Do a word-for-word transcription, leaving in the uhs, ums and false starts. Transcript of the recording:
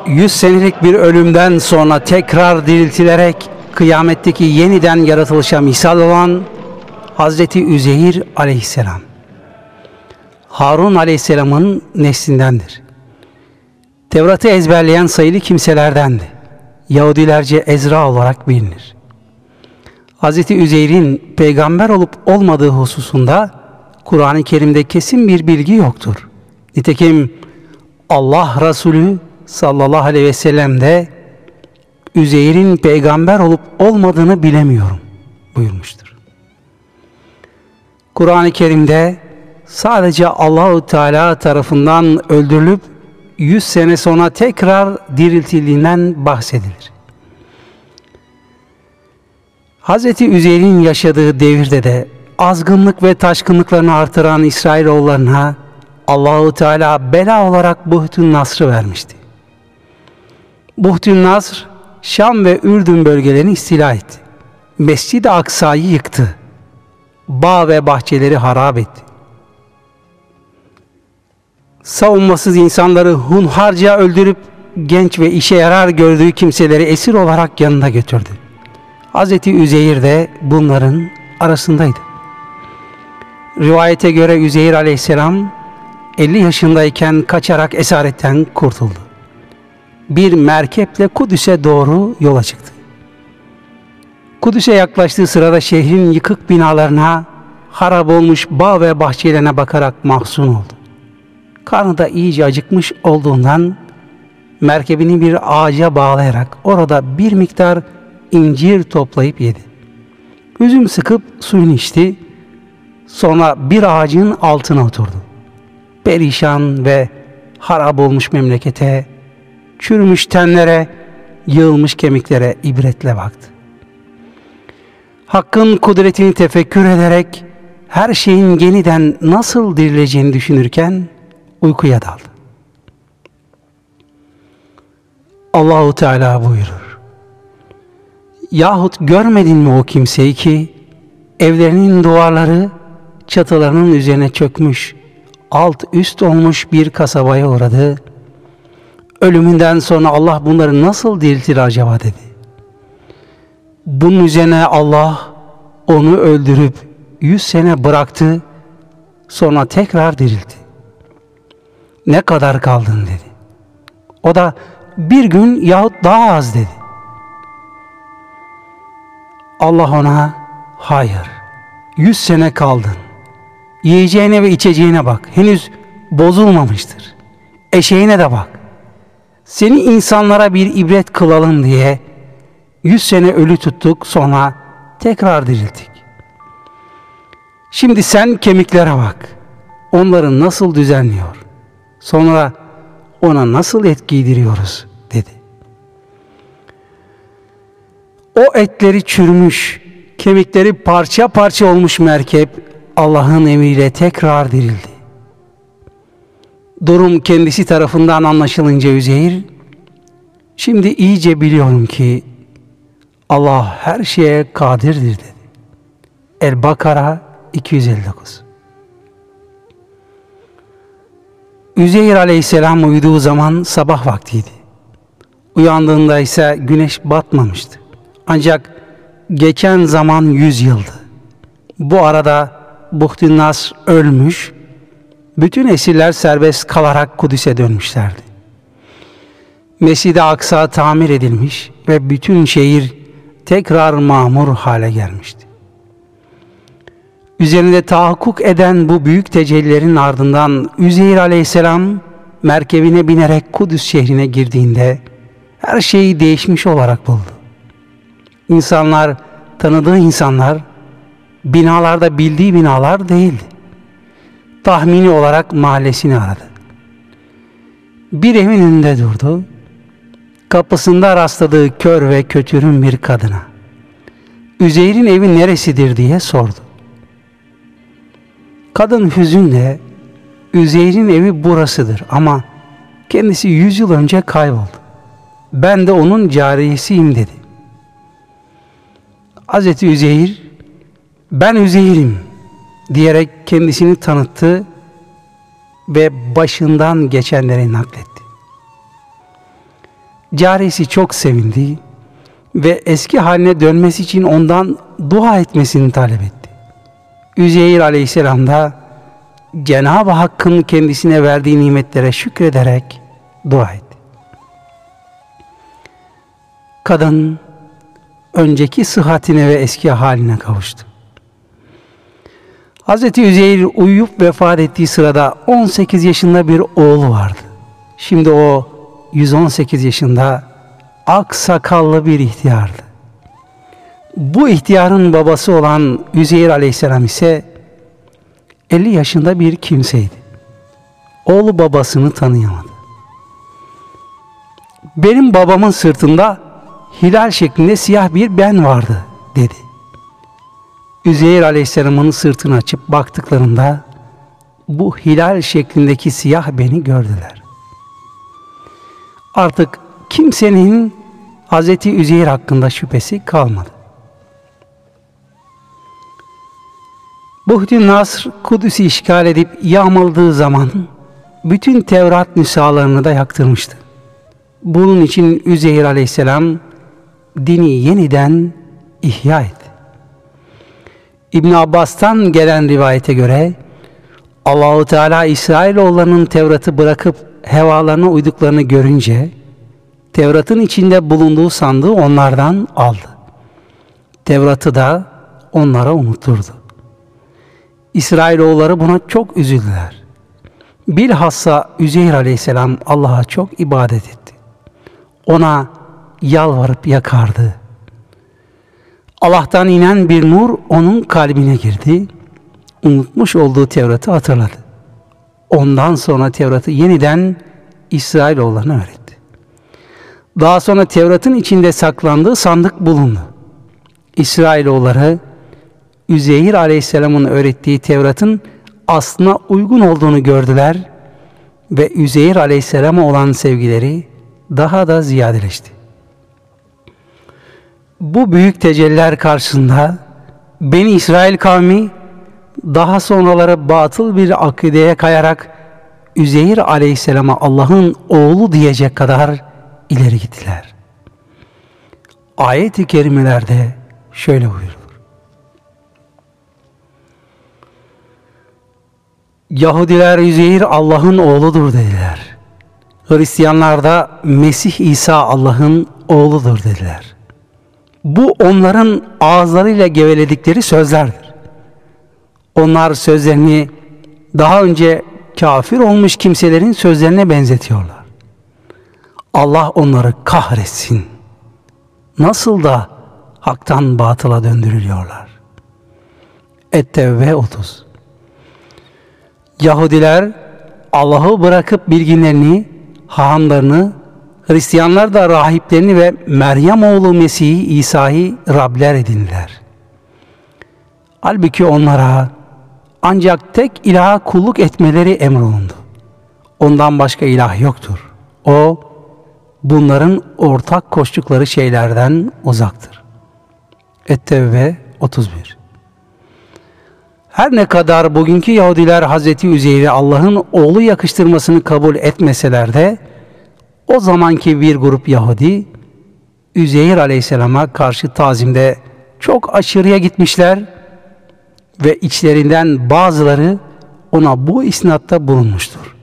yüz senelik bir ölümden sonra tekrar diriltilerek kıyametteki yeniden yaratılışa misal olan Hazreti Üzeyir aleyhisselam. Harun aleyhisselamın neslindendir. Tevrat'ı ezberleyen sayılı kimselerdendi. Yahudilerce Ezra olarak bilinir. Hazreti Üzeyr'in peygamber olup olmadığı hususunda Kur'an-ı Kerim'de kesin bir bilgi yoktur. Nitekim Allah Resulü sallallahu aleyhi ve sellem de Üzeyr'in peygamber olup olmadığını bilemiyorum buyurmuştur. Kur'an-ı Kerim'de sadece Allahu Teala tarafından öldürülüp yüz sene sonra tekrar diriltildiğinden bahsedilir. Hazreti Üzeyr'in yaşadığı devirde de azgınlık ve taşkınlıklarını artıran İsrailoğullarına Allahu Teala bela olarak Buhtun Nasr'ı vermişti. Buhtun Nasr, Şam ve Ürdün bölgelerini istila etti. Mescid-i Aksa'yı yıktı. Bağ ve bahçeleri harap etti. Savunmasız insanları hunharca öldürüp genç ve işe yarar gördüğü kimseleri esir olarak yanına götürdü. Hazreti Üzeyir de bunların arasındaydı. Rivayete göre Üzeyir aleyhisselam elli yaşındayken kaçarak esaretten kurtuldu. Bir merkeple Kudüs'e doğru yola çıktı. Kudüs'e yaklaştığı sırada şehrin yıkık binalarına, harap olmuş bağ ve bahçelerine bakarak mahzun oldu. Karnı da iyice acıkmış olduğundan merkebini bir ağaca bağlayarak orada bir miktar incir toplayıp yedi. Üzüm sıkıp suyunu içti. Sonra bir ağacın altına oturdu. Perişan ve harap olmuş memlekete, çürümüş tenlere, yığılmış kemiklere ibretle baktı. Hakkın kudretini tefekkür ederek her şeyin yeniden nasıl dirileceğini düşünürken uykuya daldı. Allahu Teala buyurur: yahut görmedin mi o kimseyi ki evlerinin duvarları çatılarının üzerine çökmüş, alt üst olmuş bir kasabaya uğradı. Ölümünden sonra Allah bunları nasıl diriltir acaba dedi. Bunun üzerine Allah onu öldürüp yüz sene bıraktı, sonra tekrar diriltti. Ne kadar kaldın dedi. O da bir gün yahut daha az dedi. Allah ona hayır, yüz sene kaldın. Yiyeceğine ve içeceğine bak. Henüz bozulmamıştır. Eşeğine de bak. Seni insanlara bir ibret kılalım diye yüz sene ölü tuttuk, sonra tekrar dirilttik. Şimdi sen kemiklere bak. Onları nasıl düzenliyor. Sonra ona nasıl et giydiriyoruz dedi. O etleri çürümüş, kemikleri parça parça olmuş merkep Allah'ın emriyle tekrar dirildi. Durum kendisi tarafından anlaşılınca Üzeyir, şimdi iyice biliyorum ki Allah her şeye kadirdir dedi. El-Bakara iki yüz elli dokuz. Üzeyir aleyhisselam uyuduğu zaman sabah vaktiydi. Uyandığında ise güneş batmamıştı. Ancak geçen zaman yüz yıldı. Bu arada Buhtun Nasr ölmüş, bütün esirler serbest kalarak Kudüs'e dönmüşlerdi. Mescid-i Aksa tamir edilmiş ve bütün şehir tekrar mamur hale gelmişti. Üzerinde tahakkuk eden bu büyük tecellilerin ardından Üzeyir aleyhisselam merkebine binerek Kudüs şehrine girdiğinde her şey değişmiş olarak buldu. İnsanlar, tanıdığı insanlar, binalarda bildiği binalar değildi. Tahmini olarak mahallesini aradı. Bir evin önünde durdu. Kapısında rastladığı kör ve kötürüm bir kadına Üzeyr'in evi neresidir diye sordu. Kadın hüzünle Üzeyr'in evi burasıdır ama kendisi yüz yıl önce kayboldu. Ben de onun cariyesiyim dedi. Hazreti Üzeyr, ben Üzeyr'im diyerek kendisini tanıttı ve başından geçenleri nakletti. Carisi çok sevindi ve eski haline dönmesi için ondan dua etmesini talep etti. Üzeyir aleyhisselam da Cenab-ı Hakk'ın kendisine verdiği nimetlere şükrederek dua etti. Kadın önceki sıhhatine ve eski haline kavuştu. Hazreti Üzeyir uyuyup vefat ettiği sırada on sekiz yaşında bir oğlu vardı. Şimdi o yüz on sekiz yaşında ak sakallı bir ihtiyardı. Bu ihtiyarın babası olan Üzeyir aleyhisselam ise elli yaşında bir kimseydi. Oğlu babasını tanıyamadı. Benim babamın sırtında hilal şeklinde siyah bir ben vardı dedi. Üzeyir aleyhisselamın sırtını açıp baktıklarında bu hilal şeklindeki siyah beni gördüler. Artık kimsenin Hazreti Üzeyir hakkında şüphesi kalmadı. Buhdün Nasr Kudüs'ü işgal edip yağmaladığı zaman bütün Tevrat nüshalarını da yaktırmıştı. Bunun için Üzeyir aleyhisselam dini yeniden ihya etti. İbn Abbas'tan gelen rivayete göre Allah-u Teala İsrailoğullarının Tevrat'ı bırakıp hevalarına uyduklarını görünce Tevrat'ın içinde bulunduğu sandığı onlardan aldı. Tevrat'ı da onlara unutturdu. İsrailoğulları buna çok üzüldüler. Bilhassa Üzeyir aleyhisselam Allah'a çok ibadet etti. Ona yalvarıp yakardı. Allah'tan inen bir nur onun kalbine girdi. Unutmuş olduğu Tevrat'ı hatırladı. Ondan sonra Tevrat'ı yeniden İsrailoğullarına öğretti. Daha sonra Tevrat'ın içinde saklandığı sandık bulundu. İsrailoğulları Üzeyir aleyhisselamın öğrettiği Tevrat'ın aslına uygun olduğunu gördüler ve Üzeyir aleyhisselama olan sevgileri daha da ziyadeleşti. Bu büyük tecelliler karşısında Beni İsrail kavmi daha sonraları batıl bir akideye kayarak Üzeyir aleyhisselama Allah'ın oğlu diyecek kadar ileri gittiler. Ayet-i kerimelerde şöyle buyurulur. Yahudiler Üzeyir Allah'ın oğludur dediler. Hristiyanlar da Mesih İsa Allah'ın oğludur dediler. Bu onların ağızlarıyla geveledikleri sözlerdir. Onlar sözlerini daha önce kafir olmuş kimselerin sözlerine benzetiyorlar. Allah onları kahretsin. Nasıl da haktan batıla döndürülüyorlar. Et-Tevbe otuz. Yahudiler Allah'ı bırakıp bilginlerini, hahamlarını, Hristiyanlar da rahiplerini ve Meryem oğlu Mesih'i İsa'yı Rabler edindiler. Halbuki onlara ancak tek ilaha kulluk etmeleri emrolundu. Ondan başka ilah yoktur. O, bunların ortak koştukları şeylerden uzaktır. Et-Tevbe otuz bir. Her ne kadar bugünkü Yahudiler Hazreti Üzeyr'i Allah'ın oğlu yakıştırmasını kabul etmeseler de o zamanki bir grup Yahudi Üzeyr aleyhisselama karşı tazimde çok aşırıya gitmişler ve içlerinden bazıları ona bu isnatta bulunmuştur.